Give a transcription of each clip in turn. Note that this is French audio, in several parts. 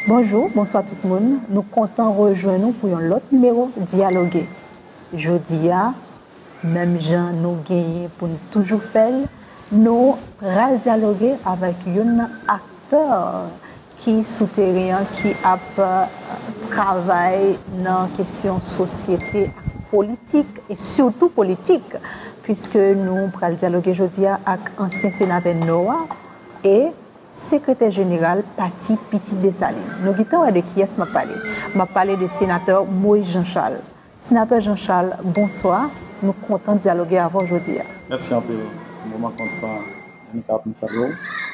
Bonjour, bonsoir tout le monde. Nous comptons rejoindre nous pour un autre numéro dialoguer. Jeudi, même gens nous gagnons pour nous toujours faire, nous allons dialoguer avec un acteur qui souterrain, qui a travaillé dans la question société politique et surtout politique, puisque nous allons dialoguer aujourd'hui avec ancien sénateur Noah et secrétaire général parti Petit Dessalines. Nous avons de qui est-ce que je parle du sénateur Moïse Jean-Charles. Sénateur Jean-Charles, bonsoir. Nous sommes contents de dialoguer avant aujourd'hui. Merci un peu. Je suis content de nous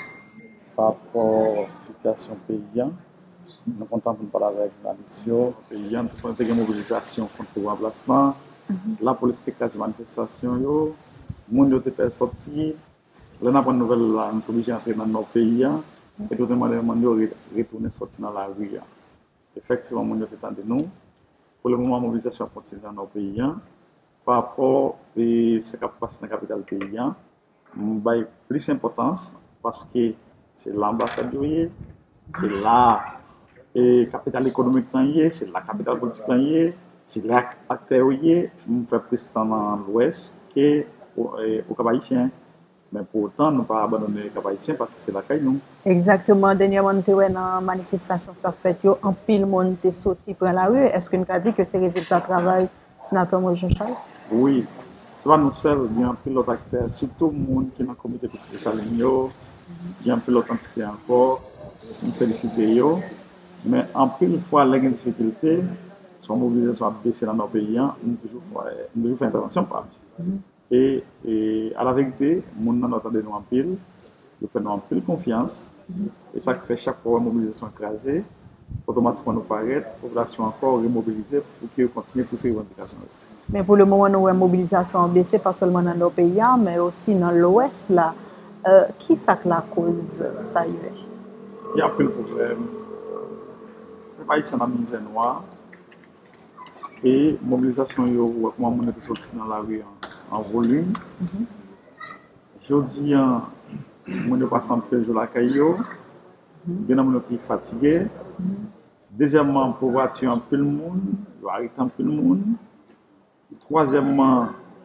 par rapport à la situation paysan. Nous sommes contents de parler avec la mission paysan. Nous avons une mobilisation contre le remplacement. La police a quasi manifestation. Le monde est sorti. Là, nous avons une nouvelle, nous sommes obligés d'entrer dans nos pays. Et nous demandons de retourner sortir dans la rue. Effectivement, nous sommes de nous. Pour le moment, la mobilisation continue dans nos pays. Par rapport à ce qui passe dans la capitale paysan, je donne plus d'importance parce que c'est l'ambassade, c'est la capitale économique, c'est la capitale politique, c'est l'acteur, je fais plus dans l'ouest qu'au Cap-Haïtien. Mais pour autant, nous ne pouvons pas abandonner les Cap-Haïtiens parce que c'est la caille nous. Exactement. Dernièrement, nous avons une manifestation qui a fait, un pile monde est sorti pour la rue. Est-ce que nous avons dit que c'est le résultat du travail sénateur Moïse Jean-Charles? Oui. Ce n'est pas nous seuls, il y a un pilote acteur, surtout le monde qui est dans le comité de Petit Dessalines, il y a un pilote entité encore, nous félicitons. Mais en plus, fois, les difficultés, soit mobilisation a baissé dans nos pays, nous toujours fait intervention. Et à la vérité, nous n'en entendons nous en pile, nous faisons en pile confiance. Et ça fait chaque fois une mobilisation écrasée, automatiquement nous paraît, la population encore remobilisée pour qu'elle continue pour ces revendications. Mais pour le moment, nous avons une mobilisation baissée, pas seulement dans nos pays, mais aussi dans l'Ouest. Qui est la cause ça y est? Il y a un peu de problème. Le pays est dans la misère noire. Et la mobilisation, comment on est sorti dans la rue en volume. Je dis, on est passé un peu de la caillou. Il y a des gens qui sont fatigués. Deuxièmement, pour voiture, un peu le monde. Il va arrêter un peu le monde. Troisièmement,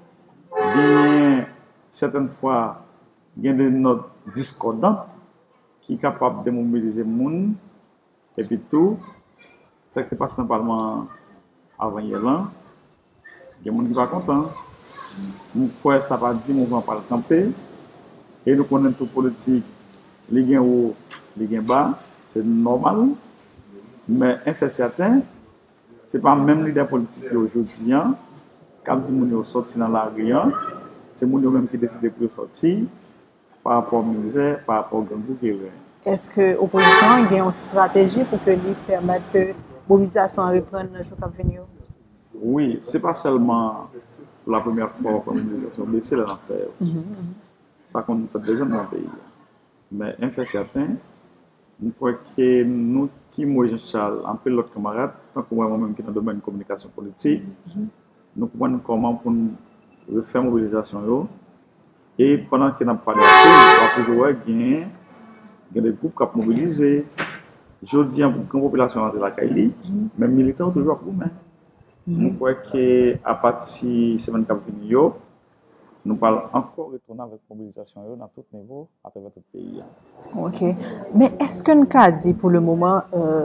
certaines fois, il y a des notes discordantes qui sont capables de mobiliser le monde. Et puis tout, ce qui passe dans le Parlement avant hier, il y a des gens qui ne sont pas contents. Nous croyons que ça va dire mouvement par le camper. Et nous connaissons tout politique, les gains haut, les gains bas, c'est normal. Mais un fait certain, ce n'est pas même leader politique aujourd'hui. Quand les gens sortent dans la rue, c'est les gens même qui décident de sortir par rapport à la misère, par rapport au gangou qui est vrai. Est-ce que l'opposition a une stratégie pour que lui permette que la mobilisation reprenne dans le jour qui venir? Oui, ce n'est pas seulement pour la première fois que la mobilisation baisse, c'est l'affaire. Ça compte fait déjà dans le pays. Mais un fait certain, nous croyons que nous qui, moi, Jean-Charles, un peu l'autre camarade, tant que moi-même qui est dans le domaine de la communication politique, nous comprenons comment pour refaire la mobilisation. Et pendant que nous n'avons pas de la crise, nous avons toujours des groupes qui ont mobilisé. Je dis à la population de la Kaili, mais les militants sont toujours pour nous. Nous croyons qu'à partir de la semaine qui vient, nous parlons encore retourner avec la mobilisation dans tout niveau à travers tout le pays. Ok. Mais est-ce que nous avons dit pour le moment,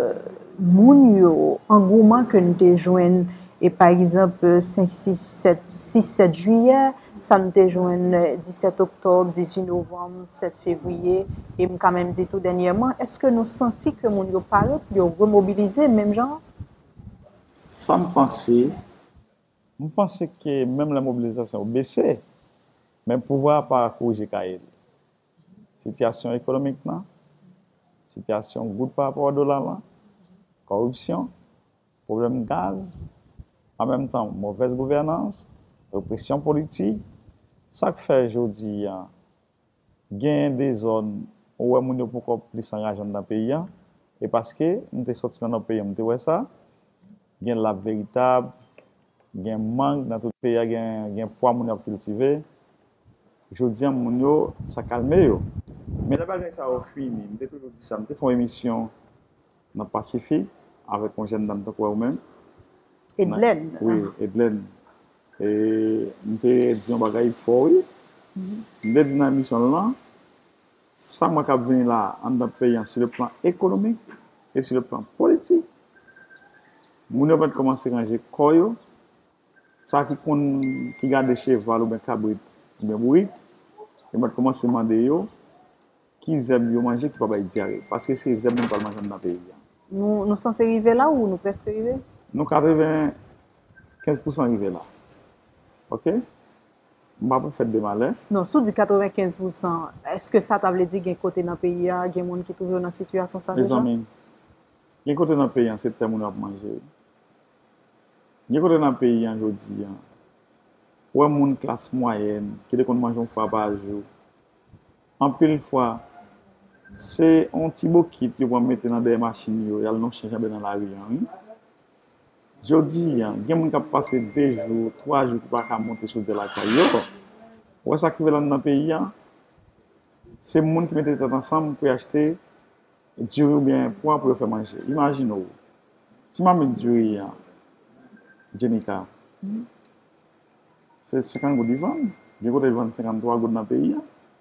engouement que nous avons joint, et par exemple, 6-7 juillet, ça nous avons joint 17 octobre, 18 novembre, 7 février, et nous quand même dit tout dernièrement, est-ce que nous sentons que nous avons parlé, nous avons remobilisé, même genre? Ça me pensait que même la mobilisation a baissé. Mais pouvoir par corriger Kael. Situation économique, situation goutte par rapport au dollar, corruption, problème gaz, en même temps mauvaise gouvernance, répression politique. Ça fait aujourd'hui, il y a des zones où on est beaucoup plus s'engager dans le pays. Et parce que nous sommes sortis dans notre pays, nous avons ça, il y a la véritable, il y a un manque dans tout le pays, il y a un poids qu'on a cultivé. Je dis à mon ça calme. Mais la bagarre, ça a fini. Depuis que je dis ça, je fais une émission dans le Pacifique, avec un jeune dame de quoi même. Edlen. Oui, Edlen. Et je te dis un bagage fort, oui. Je te dis dans la mission là, ça m'a venu là, en dans le pays, sur le plan économique et sur le plan politique. Nous devons commencer à ranger koyo, ça qui garde cheval ou bien cabrit ou bien bourrique, et va commencer à demander yo qui aiment manger qui pas bailler diarrhée parce que c'est aiment pas manger dans le pays. Nous sommes censés arriver là ou nous presque arriver? Nous 95% arrivés là. OK? Je ne vais pas faire de malheur. Non, sous du 95%, est-ce que ça t'a veut dire qu'il y a un côté dans le pays, il y a des gens qui trouvent dans une situation ça Les déjà? amis, il y a un côté dans le pays, c'est le monde à manger. Il y a un côté dans le pays aujourd'hui, où il y a une classe moyenne qui mange une fois par jour. En pile fois, c'est un petit bokit que vous mettre dans des machines, il y a le changer dans la rue. Je dis, il y a des gens qui passent 2 jours, 3 jours pour pas monter sur de la caille. Où ça qui veut dans le pays, c'est les gens qui mettent les têtes ensemble pour acheter du riz ou bien pour faire manger. Imaginez-vous, si je mets du riz, Jenica, c'est 50 gouttes de vente. Je vais vendre 53 gouttes dans le pays.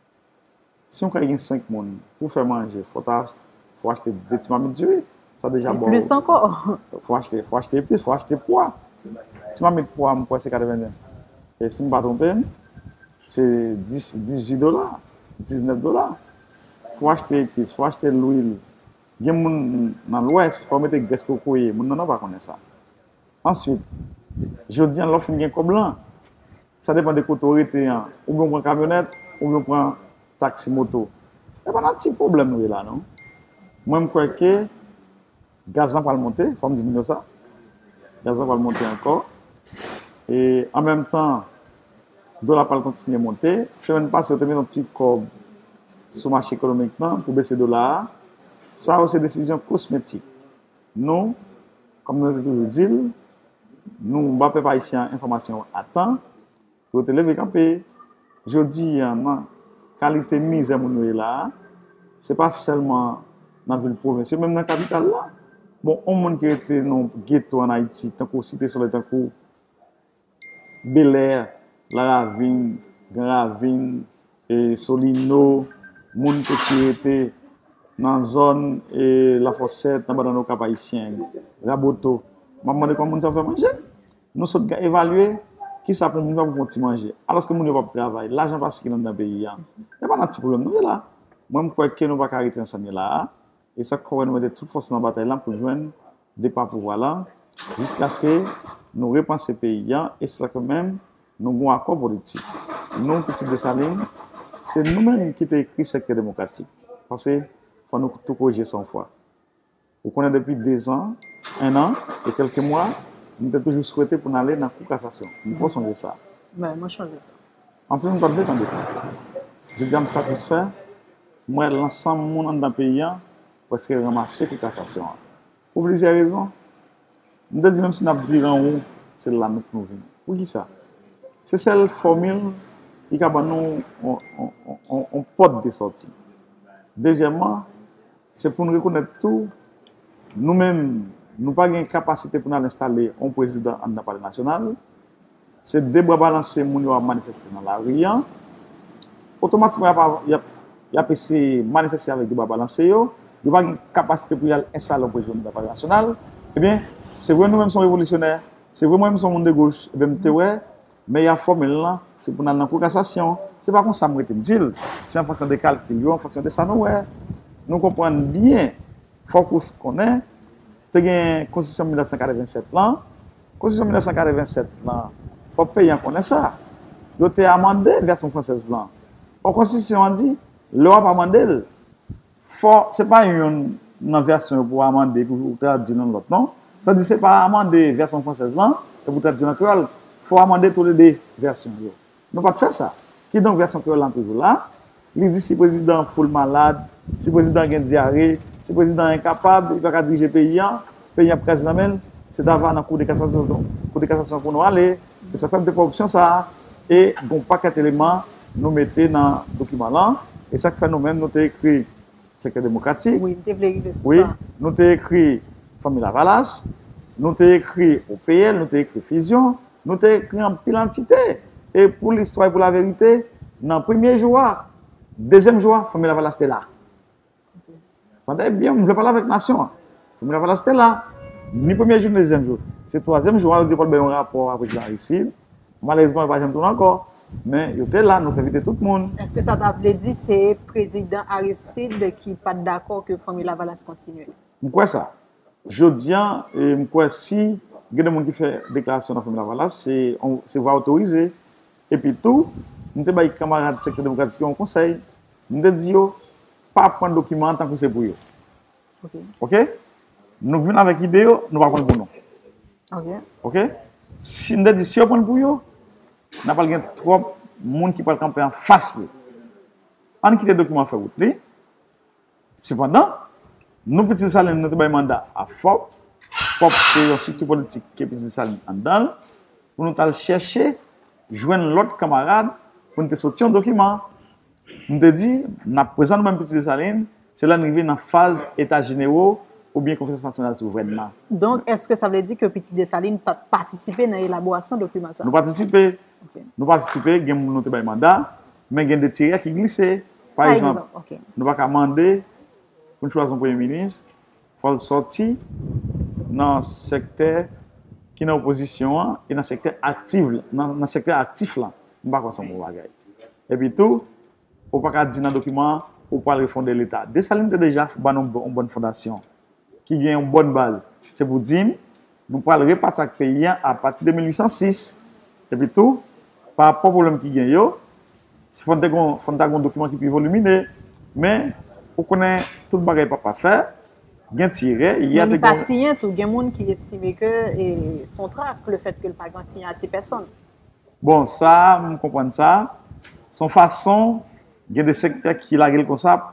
Si on a 5 personnes pour faire manger, il faut acheter des petits mamelles de riz. Ça déjà bon. Plus encore. Faut acheter plus, faut acheter poids. Si je mets poids, c'est 80. Et si je ne me trompe pas, c'est 18 dollars, 19 dollars. Faut acheter épices, faut acheter l'huile. Il y a des gens dans l'ouest, il faut mettre des graisses pour couiller. Les gens ne pas connaître ça. Ensuite, je dis, l'offre est comme blanc. Ça dépend des autorités. Ou bien on prend camionnette, ou bien on prend taxi moto. Il n'y a pas de petit problème là, non? Moi, je crois que gaz va monter, il faut me diminuer ça. Gaz va monter encore. Et en même temps, le dollar va continuer à monter. Si on passe, on met un petit corps sur le marché économique pour baisser le dollar. Ça, c'est une décision cosmétique. Nous, comme nous avons toujours dit, nous ne pouvons pas ici information à temps pour te lever camper. Je dis, la qualité mise à mon là, ce n'est pas seulement dans la ville provinciale, même dans la capitale là. Bon, on monde qui était dans le ghetto en Haïti, tant qu'on cité sur le temps que Bel Air, La Ravine, Grand Ravine, et Solino, monde qui était dans la zone et la Fossette, dans le cap haïtien, Raboto. Je me demande comment ça fait manger. Nous sommes évaluer qui ça pour nous pour manger. Alors que nous ne pouvons pas travailler, l'argent passe dans le pays. Il n'y a pas de petit problème nous là. Moi je crois que nous ne pouvons pas arrêter ensemble là. Et ça qu'on va nous mettre toute force dans la bataille là pour joindre des pas pouvoir là jusqu'à ce que nous repensions ce pays et c'est ça que même nous avons un accord politique. Nous petits Dessalines, c'est nous-mêmes qui avons écrit ce secteur démocratique. Parce que faut nous tout corriger 100 fois. Vous connaissez depuis 2 ans, 1 an et quelques mois, nous avons toujours souhaité pour aller dans la Cour de cassation. Nous devons changer ça. Ouais, moi, je change ça. En plus, nous ne pouvons pas défendre ça. Je dis, je me satisfait. Moi, l'ensemble du monde dans le pays, parce que ramasser la cassation. Pour plusieurs raisons. Nous avons dit, même si nous avons dit en haut, c'est là que nous venons. Pour qui ça? C'est celle formule qui a nous un porte de sortie. Deuxièmement, c'est pour nous reconnaître tout. Nous-mêmes, nous n'avons pas de capacité pour nous installer un président en Palais national. C'est des bras balancés qui ont manifesté dans la rue. Automatiquement, il y a pu manifester avec des bras balancés. Il n'y a pas de capacité pour installer un président de la Palais national. Eh bien, c'est vrai nous-mêmes sommes révolutionnaires. C'est vrai nous-mêmes sommes de gauche. Eh bien, mais il y a une formule là, c'est pour nous dans la Cour de cassation. Ce n'est pas comme ça que je dis. C'est en fonction des calculs, en fonction de ça. Nous comprenons bien, il faut qu'on ait. Tu as une Constitution 1987 là. Constitution 1987 là, il faut payer en ça. Il a été amendé version française là. La Constitution a dit, l'Europe a amendé. Ce n'est pas une version pour amender pour traduire dans l'autre, non. C'est-à-dire ce n'est pas amender version française là, et pour traduire dans le créole. Il faut amender toutes les 2 versions. Nous ne pouvons pas faire ça. Qui donc version créole là toujours là? Il dit si le président est full malade, si le président a une diarrhée, si le président est incapable, il ne peut pas diriger le pays, le pays est président, c'est d'avoir dans la Cour de cassation pour nous aller. Et ça fait des corruptions, ça. Et bon paquet d'éléments, nous mettons dans le document là. Et ça fait nous-mêmes, nous avons écrit secteur démocratique. Oui, vous avez sur Oui, ça. nous avons écrit Famille Lavalas, nous avons écrit OPL, nous avons écrit Fusion, nous avons écrit en pile entité. Et pour l'histoire et pour la vérité, dans le premier jour, deuxième jour, Famille Lavalas était là. Attendez bien, je ne veux pas parler avec Nation. Famille Lavalas était là. Ni premier jour, ni deuxième jour. C'est le troisième jour, on dit pas un rapport avec le président Aristide. Malheureusement, il ne va jamais tourner encore. Mais il était là, nous avons invité tout le monde. Est-ce que ça t'a dit que c'est le président Aristide qui n'est pas d'accord que la famille Lavalas continue? Je crois ça. Je dis, et je crois si il y a des gens qui font déclaration dans la famille Lavalas, c'est voir autorisé. Et puis tout, nous avons des camarades du secteur démocratique qui ont conseil. Nous avons dit, pas prendre document en tant que c'est pour eux. OK? Nous venons avec l'idée, nous ne pas prendre pour nous. OK? Si nous avons dit, si on prend pour eux, nous n'avons pas trop de monde qui parle camper en face. On quitte le document fait route. Cependant, nous, Petite Saline, nous avons un mandat à FOP. FOP, c'est une structure politique qui est Petite Saline en dedans. Pour nous aller chercher, joindre l'autre camarade pour nous sortir un document. Nous avons dit, nous présentons même Petite Saline, c'est là nous arrivons dans la phase état généraux ou bien conférence nationale souverainement. Donc, est-ce que ça veut dire que Petite Dessalines participer dans l'élaboration de document? Nous participons. Nous participons, nous avons un mandat, mais il y a des tirets qui glissent. Par exemple, nous ne pouvons pas demander pour choisir un premier ministre, il faut sortir dans le secteur qui est en opposition et dans le secteur actif. Dans le secteur actif, là, nous ne pouvons pas faire ça. Et puis tout, on ne peut pas dire dans le document, on peut pas refonder l'État. Dessalines a déjà une bonne fondation qui a une bonne base. C'est pour dire, nous pouvons repartir avec le pays à partir de 1806. Et puis tout, par rapport au problème qui gagne, il faut un document qui est plus volumineux, mais pour connaître tout le bagage pas faire, il y a un tiré, il y a des gens il y a des gens qui estiment que son trac, le fait que le pas signé à personne. Bon, ça, je comprends ça. Son façon, il y a des secteurs qui la comme ça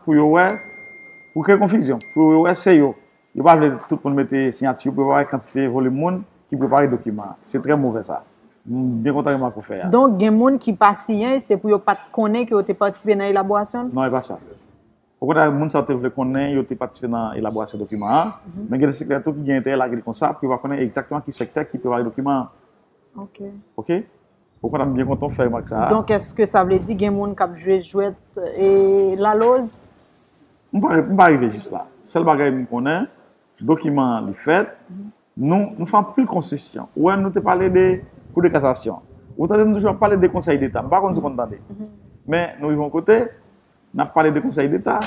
pour créer confusion, pour c'est yo. Il va tout le monde mettre signature pour voir quantité volume monde qui prépare les documents. C'est très mauvais ça. Bien content de faire. Donc, il y a des gens qui pas signé, c'est pour ne pas connaître que tu participé dans l'élaboration? Non, c'est pas ça. Pourquoi les gens qui connaissent, ils ont participé dans l'élaboration des documents, mais il y a des secteurs qui ont intérêt à comme ça, pour connaître exactement qui secteur qui prépare les documents. OK. OK? Pourquoi on est bien content de faire ça? Donc, est-ce que ça veut dire qu'il y a des gens qui ont joué jouette et la lose? Je ne vais pas arriver juste là. C'est le bagage que nous connaissons, document les faits, nous ne faisons plus de concession. Ou nous te parlé de cours de cassation. Ou nous toujours parler des conseils d'État. Je ne sais pas si vous entendez. Mais nous vivons côté, nous avons parlé des conseils d'État.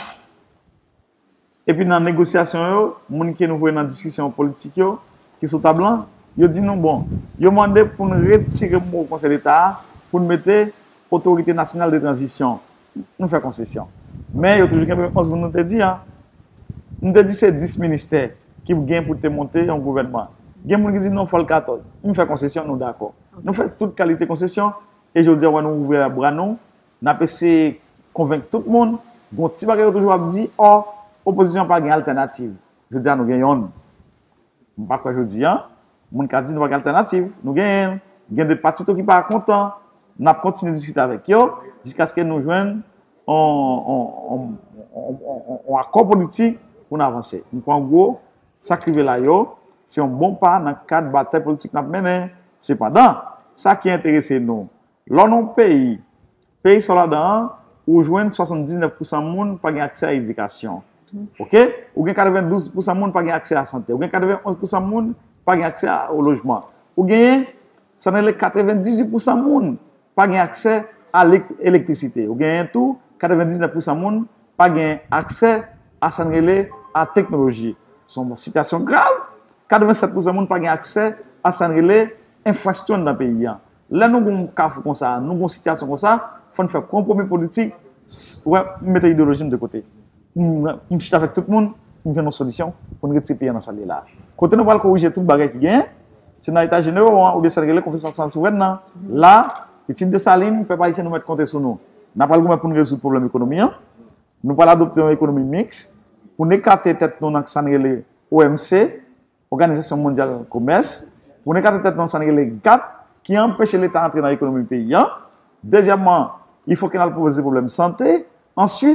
Et puis dans la négociation, les gens qui nous voient dans la discussion politique, qui sont à blanc, ils disent nous, bon, ils ont demandé pour nous retirer le conseil d'État, pour nous mettre l'autorité nationale de transition. Nous faisons concession. Mais il y a toujours une réponse que nous te dit. Nous te dit c'est 10 ministères qui gagnent pour te monter en gouvernement. Il y a des gens qui disent non, il faut le 14. Nous faisons concession, nous d'accord. Nous faisons toute qualité de concession. Et je veux dire, nous ouvrons les bras, nous avons essayé de convaincre tout le monde. Bon, si vous toujours dit, oh, opposition n'a pas une alternative. Je veux dire, nous gagnons. Je ne sais pas quoi je dis. Les gens qui disent nous n'avons pas d'alternative. Nous gagnons. Il y a des partis qui ne sont pas contents. Nous avons continué de discuter avec eux jusqu'à ce que nous joignent un accord politique pour nous avancer. Donc, en gros, ça qui est là, c'est un bon pas dans le cadre de bataille politique que nous menons. Cependant, ça qui intéresse nous, là, dans pays sont là-dedans, où joignent 79% de monde pas accès à l'éducation. OK? Ou 92% de monde pas accès à la santé. Ou 91% de monde pas accès au logement. Ou ça n'est 98% de monde pas accès à l'électricité. Ou tout 99% de monde pas accès à la technologie. C'est une situation grave. 87% de monde pas accès à l'infrastructure dans le pays. Là, nous avons un cas comme ça, nous avons une situation comme ça, il faut faire un compromis politique, mettre l'idéologie de côté. Nous sommes avec tout le monde, nous avons une solution pour nous retirer le pays dans cette là. Quand nous allons corriger tout le bagage qui gagne, c'est dans l'état général, ou bien c'est la conférence nationale souveraine. Là, Petite Dessalines ne peut pas essayer de nous mettre compte sur nous. Nous n'avons pas le pour nous résoudre le problème économique. Nous pas adopter une économie mixte pour nous écarter tête nous dans OMC, Organisation mondiale du commerce, pour nous écarter tête dans le GATT qui empêche l'État d'entrer dans l'économie du pays. Deuxièmement, il faut qu'il y ait des problèmes de santé. Ensuite,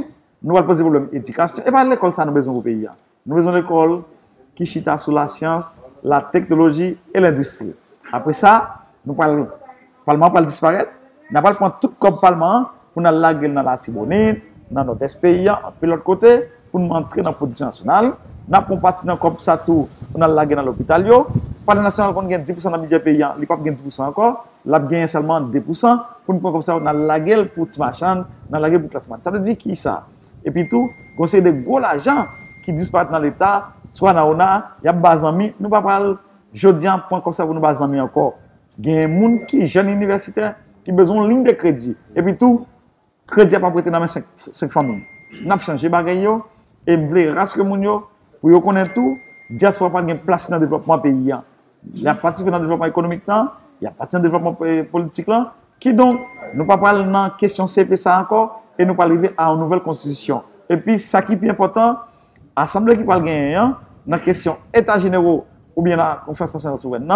nous allons poser le problème éducation. Et pas l'école, ça nous besoin pour le pays. Nous avons besoin de l'école qui chita sur la science, la technologie et l'industrie. Après ça, nous parlons, le Parlement va disparaître. Nous allons prendre tout comme Parlement pour nous laguer dans la Tibonite, dans notre pays, puis l'autre côté, pour nous entrer dans la production nationale. Nous avons parti dans comme ça tout, pour nous laguer dans l'hôpital. Le Parlement national, on gagne 10% dans le budget paysan, il n'y a pas 10% encore. Là, gagne seulement 2%. Pour nous prendre comme ça, on a lagué pour les machins, on a lagué pour classement. Ça veut dire qui ça? Et puis tout, conseil de gros l'argent qui disparaît dans l'État, soit dans l'ONA, il y a des amis, nous ne pouvons pas jeudi un point comme ça pour nous des amis encore. Il y a des gens qui sont jeunes universitaires qui ont besoin de ligne de crédit. Et puis tout, crédit n'a pas prêté dans mes 5 familles. Nous avons changé les bagages et nous voulons rassurer les gens pour qu'ils connaissent tout. Diaspora n'a pas de place dans le développement pays. Il y a participé dans le développement économique, il y a participé dans le développement politique, qui donc, nous ne pouvons pas parler de la question CPSA encore et nous ne pouvons pas arriver à une nouvelle constitution. Et puis, ce qui est plus important, l'Assemblée qui parle gagner dans la question État généraux ou bien la conférence nationale souveraine,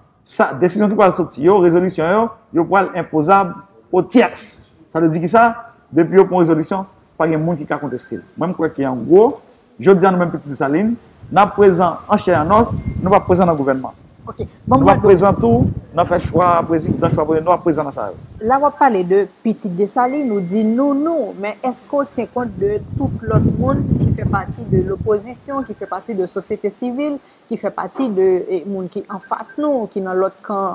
sa décision qui parle sortir, résolution, yo pourra imposable au tierce. Ça veut dire que ça, depuis au point résolution, pas de monde qui a contesté. Même quoi qui en gros, je dis à nous même petite Saline, nous présent en chair en os, nous pas présent dans le gouvernement. Okay. Bon, nous pas présent tout, nous fait choix président, choix président, nous pas présent dans ça. Là, on va parler de Petite Dessalines, nous dit non, mais est-ce qu'on tient compte de tout l'autre monde qui fait partie de l'opposition, qui fait partie de la société civile, qui fait partie de monde qui en face nous, qui dans l'autre camp,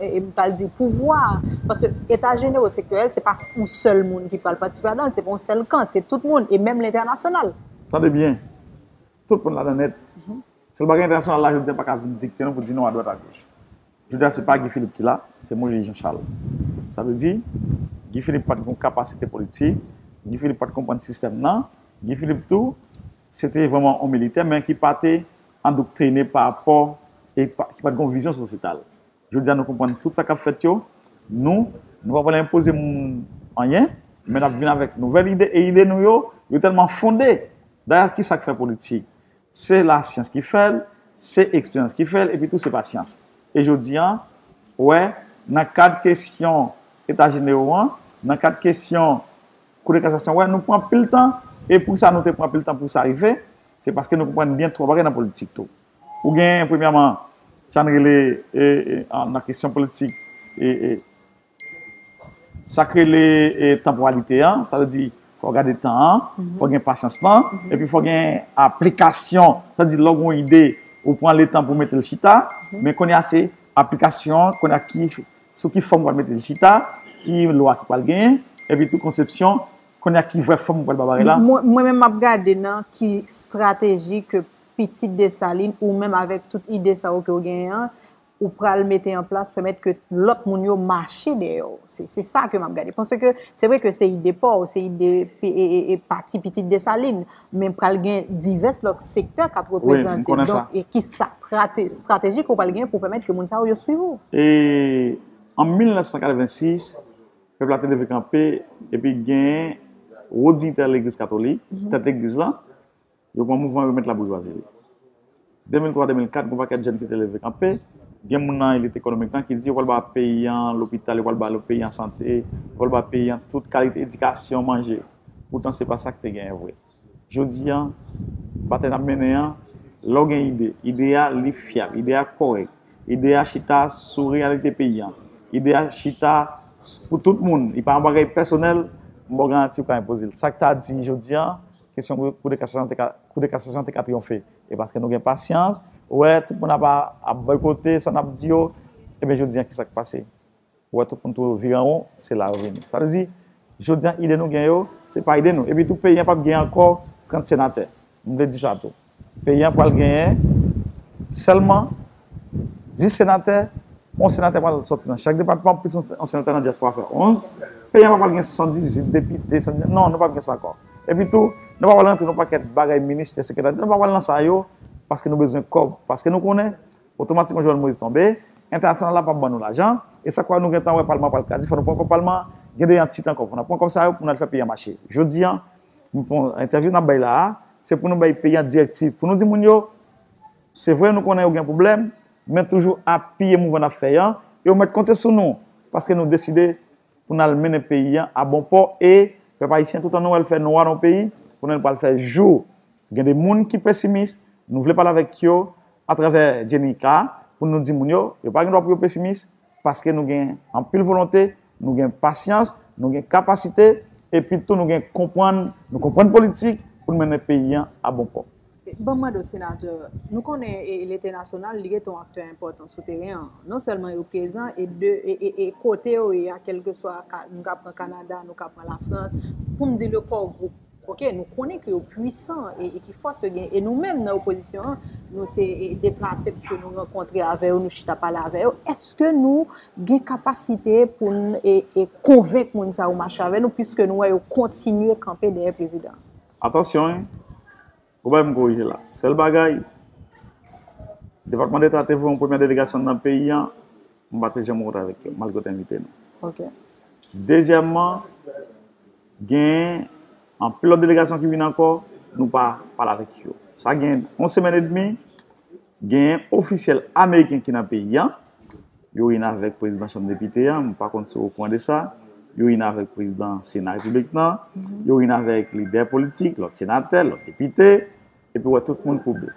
dit pouvoir. Parce que l'État général sectoriel, ce n'est pas un seul monde qui peut participer là-dedans, c'est pas un seul camp, c'est tout le monde, et même l'international. Attendez bien, tout le monde là-dedans net. C'est le bagage international là, je ne dis pas qu'à dicter pour dire non à droite à gauche. Je dis, ce n'est pas Guy Philippe qui est là, c'est moi, Jean-Charles. Ça veut dire, Guy Philippe n'a pas de capacité politique, Guy Philippe n'a pas de comprendre le système, non. Guy Philippe, tout, c'était vraiment un militaire, mais qui partait endoctriné par rapport et qui n'a pas de vision sociétale. Je veux dire, nous comprenons tout ça qu'a fait, nous ne pouvons pas imposer rien, mais nous venons avec de nouvelles idées, et idées nous, sont tellement fondées. D'ailleurs, qui ça fait politique? C'est la science qui fait, c'est l'expérience qui fait, et puis tout, c'est pas science. Et je dis, ouais, dans 4 questions État général, dans 4 questions Cour de cassation, ouais, nous prenons plus le temps, et pour ça, nous prenons plus le temps pour ça arriver, c'est parce que nous comprenons bien trop dans la politique. Tout. Ou bien, premièrement, dans la question politique, ça crée les temporalités, ça veut dire il faut regarder le temps, il faut gagner patience, et puis il faut gagner application, c'est-à-dire lorsqu'on a une idée, on prend le temps pour mettre le chita, mais qu'on a assez application, qu'on a ce qui forme pour mettre le chita, qui loi qui va le gagner, et puis toute conception, qu'on a qui vraie forme pour le babarrer là. Moi-même, je regarde qui stratégie que Petite Dessalines, ou même avec toute idée ça que vous gagnez, ou pour le mettre en place, permettre que l'autre monde marche d'ailleurs. C'est ça que je regarde. Parce que c'est vrai que c'est idée pas, c'est idée et partie Petite Dessalines, mais pour le gagner divers secteurs qui représentent. Oui, donc, et qui stratégie qu'on va le gagner pour permettre que les gens suivent. Et en 1986, le peuple a été levé campé, et puis il y a un l'Église catholique, cette église-là, il y a un mouvement de remettre la bourgeoisie. 2003-2004, on va qu'il y a des jeunes qui étaient levés campé. Il y a un élite économique qui dit qu'on va payer l'hôpital, on va payer en santé, on va payer toute qualité d'éducation, manger. Pourtant, ce n'est pas ça que tu as gagné. Je dis, bataille mené, l'on a une idée. Idéal, fiable, idéal correct, idéal chita sur réalité paysan, idéal chita pour tout le monde. Il n'y a pas un bagage personnel, je garantis qu'on imposer. Ça que tu as dit, je dis, question pour de cassation est triomphé. Et parce que nous avons patience, ouais, tout le monde n'a pas à boycotter, ça n'a pas dit, et bien je dis, qu'est-ce qui s'est passé? Ouais, tout le monde vire en haut, c'est la revenue. Ça veut dire, je dis, idée nous gagnons, ce n'est pas idée nous. Et puis tout pays n'a pas gagné encore 30 sénateurs. Je me dis ça tout. Le pays n'a pas gagné seulement 10 sénateurs, 11 sénateurs pour sortir dans chaque département, plus un sénateur dans la diaspora faire 11. Le pays n'a pas gagné 78 députés, non, nous pas gagné ça encore. Et puis tout, nous ne pouvons pas rentrer dans le paquet de bagages ministres, secrétaires, nous ne pouvons pas lancer ça, parce que nous avons besoin de corps, parce que nous connaissons, automatiquement, Joël Moïse tomber, international n'a pas besoin de l'argent, et ça quoi nous avons le Parlement par le cas, il faut nous prendre le Parlement, il y a un petit temps, on a comme ça pour nous faire payer marché. Je dis, l'interview dans là, c'est pour nous payer en directive, pour nous dire, c'est vrai, nous connaissons aucun problème, mais toujours appuyer le mouvement d'affaires, et on met compter sur nous, parce que nous décidons pour nous mener le pays à bon port, et les Haïtiens, tout en nous, elle fait noir dans le pays, pour nous pas faire jour. Il y a des gens qui sont pessimistes, nous voulons parler avec eux à travers Jenica pour nous dire yo, il n'y a pas de droit pour pessimiste parce que nous avons en pile volonté, nous avons patience, nous avons capacité et puis tout nous comprendre politique pour mener le pays à bon port. Bon, moi, le sénateur, nous connaissons l'international, il est un acteur important sur le terrain, non seulement au présent, et côté, et à quel que soit, nous avons le Canada, nous avons la France, pour me dire le corps groupe. Ok, nous connaissons que puissant et qui force gain. Et nous-mêmes, dans l'opposition, nous sommes déplacés pour nous rencontrer avec eux, nous chita parler avec eux. Est-ce que nous avons capacité pour convaincre les gens de marcher avec nous, puisque nous allons continuer à camper derrière le président? Attention, vous pouvez me corriger là. C'est le bagaille. Le département d'État a fait une première délégation dans le pays, on va déjà mourir avec eux, malgré l'invité. Ok. Deuxièmement, gain en pilote délégation qui vient encore, nous pas parler avec eux. Ça gagne 11 semaines et demie, gain officiel américain qui est dans le pays, yo vient avec le président de la Chambre des députés, par contre c'est au point de ça. Yo vient avec le président du Sénat républicain, yo vient avec les leaders politiques, l'autre sénateur, l'autre député, et puis tout le monde public.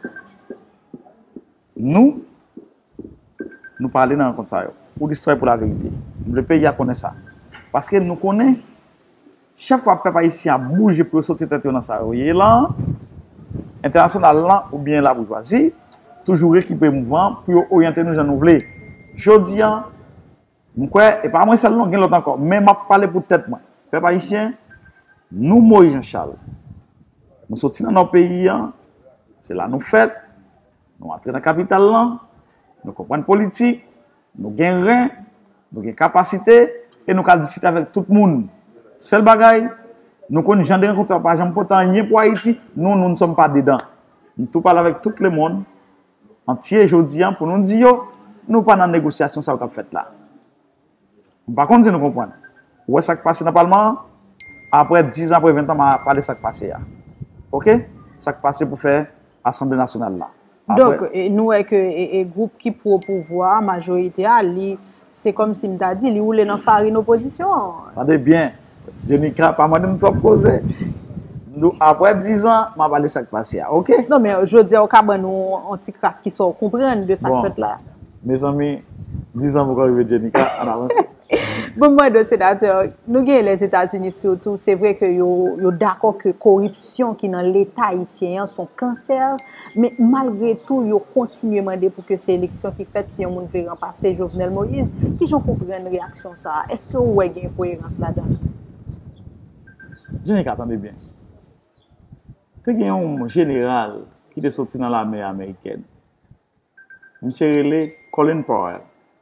Nous parlons dans le compte ça, pour l'histoire et pour la vérité. Le pays connaît ça. Parce que nous connaissons, chaque fois que le peuple haïtien a bougé pour sortir de dans ça, là, international là, ou bien la bourgeoisie, toujours équipé mouvement pour orienter nous à nous voulons. Jodi, et pas moi seulement, il y a l'autre encore, mais je parle pour tête moi. Peuple haïtien, nous, Moïse Jean-Charles, nous sortis dans notre pays, c'est là nous faisons, nous entrons dans la capitale là, nous comprenons la politique, nous gagnons, nous avons capacité, et nous avons discuté avec tout le monde. Seul bagaille, nous connaissons gens de rencontre, par exemple, pour Haïti, nous ne sommes pas dedans. Nous parlons avec tout le monde, entier aujourd'hui, pour nous dire, nous pas dans la négociation, ça va fait là. Par contre, si nous comprenons, où est-ce qui passe dans le Parlement, après 10 ans, après 20 ans, on va parler de ce qui passe. OK? Ce qui passe pour faire l'Assemblée nationale là. Après, donc, nous, avec le groupe qui pour pouvoir, majorité, c'est comme si je t'ai dit, il est dans la farine opposition. Attendez bien, je n'ai pas moi de me poser. Après 10 ans, je vais parler de ce qui passe. OK? Non, mais je veux dire, au cas où nous, on petit crasse qui sont comprendre de ça qui fait là. Mes amis, 10 ans pour arriver Jenica, on avance. Bon, moi, le sénateur, nous avons les États-Unis surtout, c'est vrai que vous êtes d'accord que la corruption qui est dans l'État haïtien sont cancer, mais malgré tout, vous continuez à demander pour que ces élections qui faites, si on veut remplacer Jovenel Moïse, qui j'en comprend une réaction ça? Est-ce que vous avez une cohérence là-dedans? Jenica, attendez bien. Il y a un général qui est sorti dans l'armée américaine. Monsieur Relé, Colin Powell.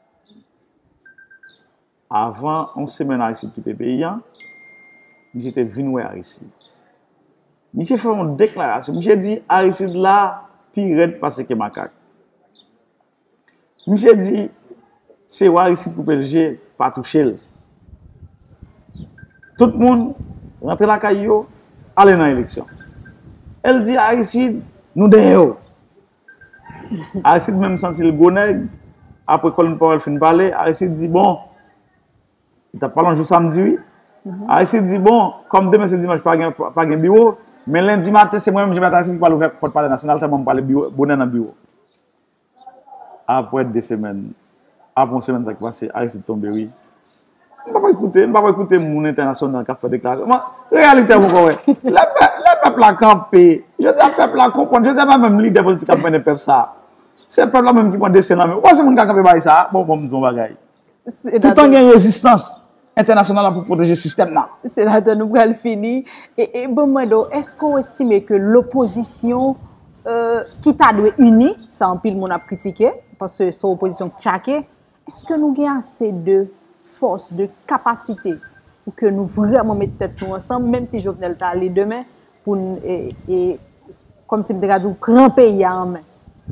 Avant, on semaine à Aristide qui était payant, monsieur était venu à Aristide. Monsieur fait une déclaration. Monsieur dit, Aristide là, pire parce que macaque. Monsieur dit, c'est Aristide pour PLG, pas toucher. Tout le monde rentre la caillou, aller dans l'élection. Elle dit, Aristide, nous déhons. Aristide même senti le gonègue. Après Colin Powell fin parler, Aristide dit, bon, il t'a parlé un jour samedi, oui. Aristide dit, bon, comme demain c'est dimanche, pas de bureau, mais lundi matin, c'est moi-même, je vais Aristide pour aller ouvrir le palais national, tellement je parle bonheur dans le bureau. Après 2 semaines, après 1 semaine, ça qui passe, Aristide tombe, oui. Je ne vais pas écouter mon international qui a fait déclaration. Réalité, vous comprenez. Le peuple a campé. Je dis le peuple a compris. Je dis même leader politique a pris le peuple ça. C'est le peuple là même qui prend des scènes. Mais pourquoi c'est mon qui a campé ça? Bon, me disons bagaille. Tout le temps, il y a une résistance internationale pour protéger le système là. C'est là que nous allons finir. Et bon, est-ce qu'on estime que l'opposition qui t'a dû unir, ça en pile mon a critiqué, parce que c'est l'opposition tchaké, est-ce que nous avons assez de force, de capacité pour que nous vraiment mettre tête nous ensemble, même si Jovenel t'a allé demain, pour comme si nous prend pays en main?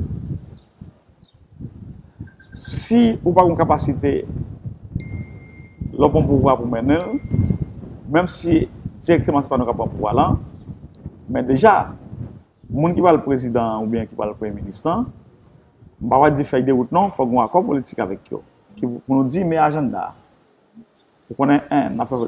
Si vous n'avez pas une capacité, le bon pouvoir pour mener, même si directement ce n'est pas nous capable de pouvoir là, mais déjà, les gens qui parlent le président ou bien qui parlent le premier ministre, on va dire faire des routes, non, il faut qu'on ait un accord politique avec eux, qui pour nous dire, mais agenda. Vous connaissez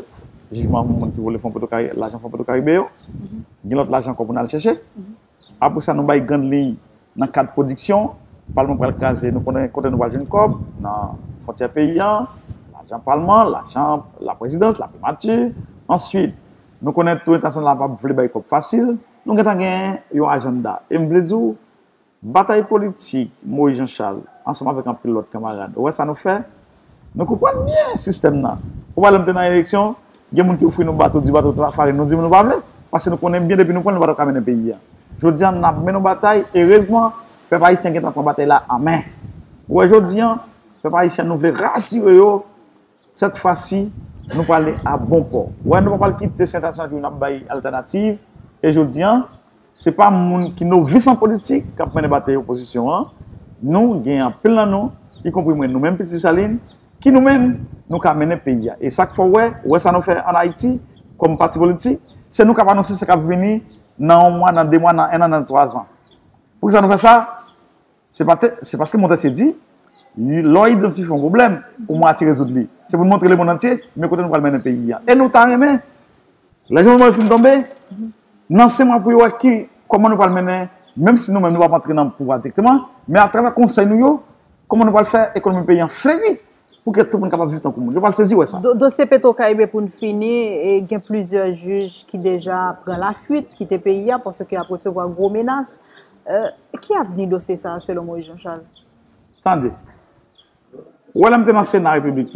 jugement monde qui voulait l'argent fonds pour Caribéo. Il y a l'autre l'argent qu'on aller chercher. Après ça nous bail grande ligne dans cadre de production, parlement pour le caser, nous connaissons côté nous jeune corps dans frontière paysan, l'argent parlement, l'argent la présidence, la primature. Ensuite, nous connaissons tout intention là pas voler bail facile. Nous avons un agenda. Et me dire bataille politique Moïse Jean-Charles ensemble avec un pilote camarade. Ouais ça nous fait nous comprenons bien le système là. On va aller dans l'élection, il y a des gens qui offrent nous bateau du bateau travail, nous disons nous pas parce que nous connaissons bien depuis nous prenons le bateau mener pays. Je dis on a mené nos batailles et heureusement peuple haïtien qui est en train de bataille là en main. Ouais je dis peuple haïtien nous veut rassurer cette fois-ci nous parler à bon port. Ouais nous pas quitter cette nation qui nous bail alternative et je dis c'est pas monde qui nous vit en politique qui a mené bataille opposition. Nous gagnons plein nous y compris nous-mêmes petite Saline qui nous-mêmes nous avons mené le pays. Et ça qu'il faut ouais ça nous fait en Haïti comme parti politique, c'est nous qui avons annoncé ce qui va venir dans un mois, dans 2 mois, dans 1 an, dans 3 ans. Pour que ça nous fait ça, c'est parce que Montesquieu dit, l'on identifie un problème, au moins à résoudre. C'est pour montrer le monde entier, mais côté nous allons mener le pays. Et nous t'en aimé. Les gens vont finir tomber. Non, c'est moi pour voir comment nous allons mener, même si nous-mêmes nous ne pouvons pas entrer dans le pouvoir directement, mais à travers le conseil, comment nous allons faire l'économie paysan flérie. Pour que tout le monde soit capable de vivre dans le monde. Je vais le saisir, ouais, ça. Dossier Petro-Caraïbe pour nous finir, il y a plusieurs juges qui déjà prennent la fuite, qui étaient payés parce qu'ils ont recevoir gros menaces. Qui a venu dossier ça, selon Moïse Jean-Charles? Attendez. Où elle dans le Sénat République,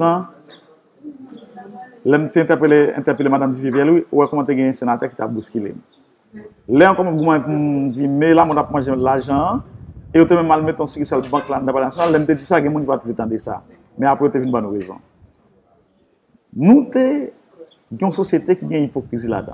elle a interpellé Mme Vivier, ou comment tu as un sénateur qui t'a bousculé. Là, comme je me dis, mais là, on a mangé l'argent, et on a même mal mis ton sur la banque nationale, elle me dit ça, il y a des gens qui vont prétendre ça. Mais après, tu as une bonne raison. Nous sommes une société qui a une hypocrisie là-dedans.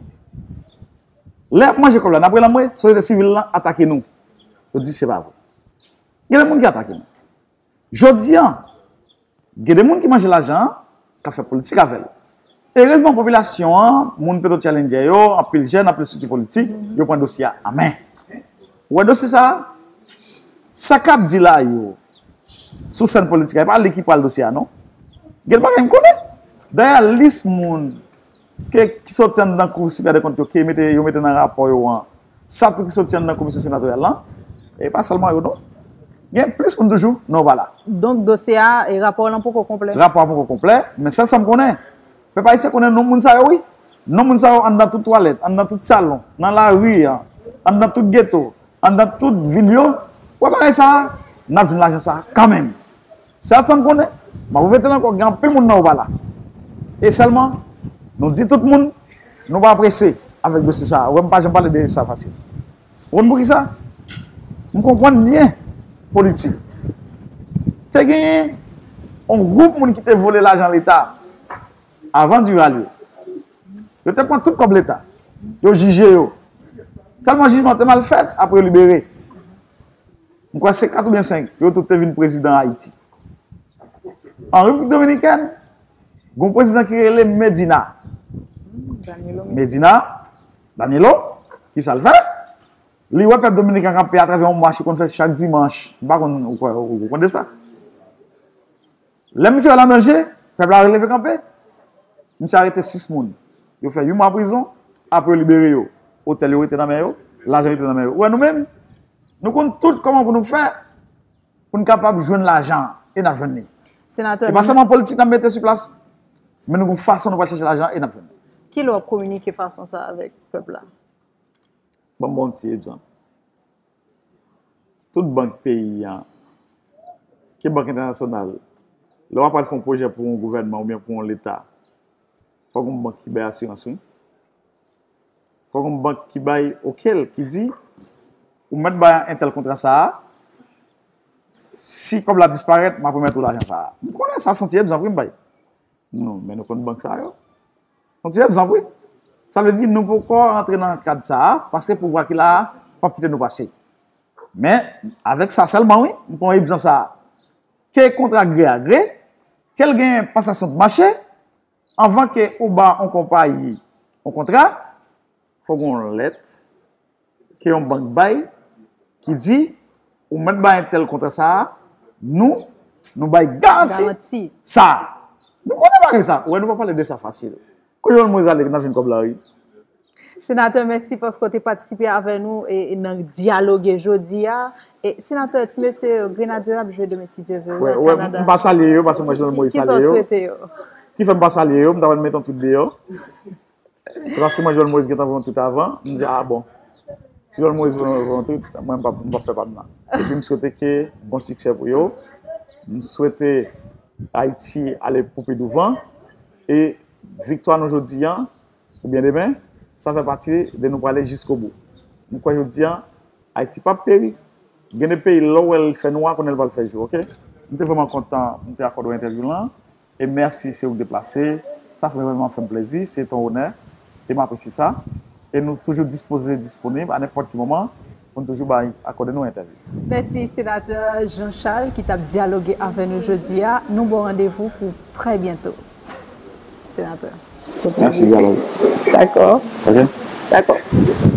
Là, moi, j'ai comme là, après la société civile là, attaqué nous. Je dis, c'est pas vrai. Il y a des gens qui attaquent nous. Je dis, il y a des gens qui mangent l'argent, qui fait politique avec. Et heureusement, la population, les gens peut challenger, en pile jeune, en pile structure politique, ils prennent le dossier à main. Ou dossier ça, ça cap dit là, sous scène politique, il n'y a pas l'équipe pour le dossier, non? Il n'y a pas qui me connaît. D'ailleurs, la liste qui sortent dans le cours supérieur de compte, qui mettent dans le rapport, ça qui sortent dans la commission sénatoriale, et pas seulement eux, non? Il y a plus pour toujours, non, voilà. Donc, dossier et rapport là pour complet. Rapport pour complet, mais ça me connaît. Mais pas ici, connaît non, moun sa oui. Non, moun sa dans toute toilette, dans tout salon, dans la rue, dans tout ghetto, dans toute ville, ouais, pas ça. Nous avons l'argent ça quand même. Ça me connaît. Mais vous mettez encore grand peu de monde là. Et seulement, nous disons tout le monde, nous va apprécier avec de ça. On ne pas parler de ça facile. Vous comprenez ça? Nous comprenons bien politique. C'est gagné un groupe qui t'a volé l'argent de l'État avant du rallye. Ils te prennent tout comme l'État. Ils ont jugé. Tellement jugement est mal fait après libérer. Je crois que c'est 4 ou bien 5. Ils ont tous devenu président Haïti. En République dominicaine, il y a un président qui est Medina. Danilo, qui ça le fait? Le peuple dominicain qui a fait à travers un marché qu'on fait chaque dimanche. Vous comprenez ça? Le monsieur a mangé, le peuple a relevé campé. Le monsieur a arrêté 6 personnes. Il a fait 8 mois en prison, après libéré. L'hôtel était dans la mer, l'argent était dans la mer. Ouais, nous-mêmes, nous connaissons tout comment pour nous faire pour nous capables de joindre l'argent et nous joindre. Sénateur. Et pas seulement politique, nous mettons sur place, mais nous avons une façon de chercher l'argent et nous joindre. Qui leur communique façon ça avec le peuple là? Bon petit exemple. Toute banque pays, qui est banque internationale, là, on va pas faire un projet pour un gouvernement ou bien pour l'État. Il faut qu'une banque qui baille assurance. Il faut qu'une banque qui baille auquel, qui dit, ou mettre un tel contrat ça, si comme la disparaît, je vais mettre l'argent ça. Vous connaissez ça, son tiers, vous avez non, mais nous connaissons banque ça. Son tiers, vous avez ça veut dire que nous ne pouvons pas rentrer dans le cadre de ça, parce que pour voir qu'il a pas quitter nous passer. Mais avec ça seulement, oui, nous prenons exemple ça. Quel contrat gré à gré, quel gain passation de marché, avant que ou bas on compagnie un contrat, il faut qu'on lettre qui est un banque bail qui dit ou mettre un tel contrat ça, nous bail garantie ça. Nous connaissons pas ça. Ouais, nous ne pouvons pas parler de ça facile. Joël Moïse allait dans une comme la rue. Sénateur, merci parce que tu as participé avec nous et dans le dialogue aujourd'hui. Et sénateur, si monsieur Grenadier a joué demain si Dieu veut. Ouais, ouais, je ne pas saluer parce que moi Joël Moïse saluer. saluer. Qui sont souhaités? Qui fait pas saluer, je vais mettre tout dehors. C'est parce que moi Joël Moïse qui est avant tout avant, je me dis ah bon. Si Joël Moïse veut tout, moi je ne vais pas faire pas de mal. Et puis je souhaite que bon succès pour eux. Je souhaite Haïti aller pour plus devant et victoire aujourd'hui ou bien demain, ça fait partie de nous aller jusqu'au bout. Nous croyons aujourd'hui Haïti pas péri. Il y a des pays là où elle fait noir qu'on elle va le faire jour, OK? Nous sommes vraiment contents de t'accorder l'interview là et merci si vous déplacez. Ça fait vraiment plaisir, c'est ton honneur et m'apprécie ça et nous toujours disponibles à n'importe quel moment pour toujours accorder nos interviews. Merci sénateur Jean-Charles qui t'a dialogué avec nous aujourd'hui. Nous bon rendez-vous pour très bientôt. Sénateur. Merci, Dialogue. D'accord. OK? D'accord.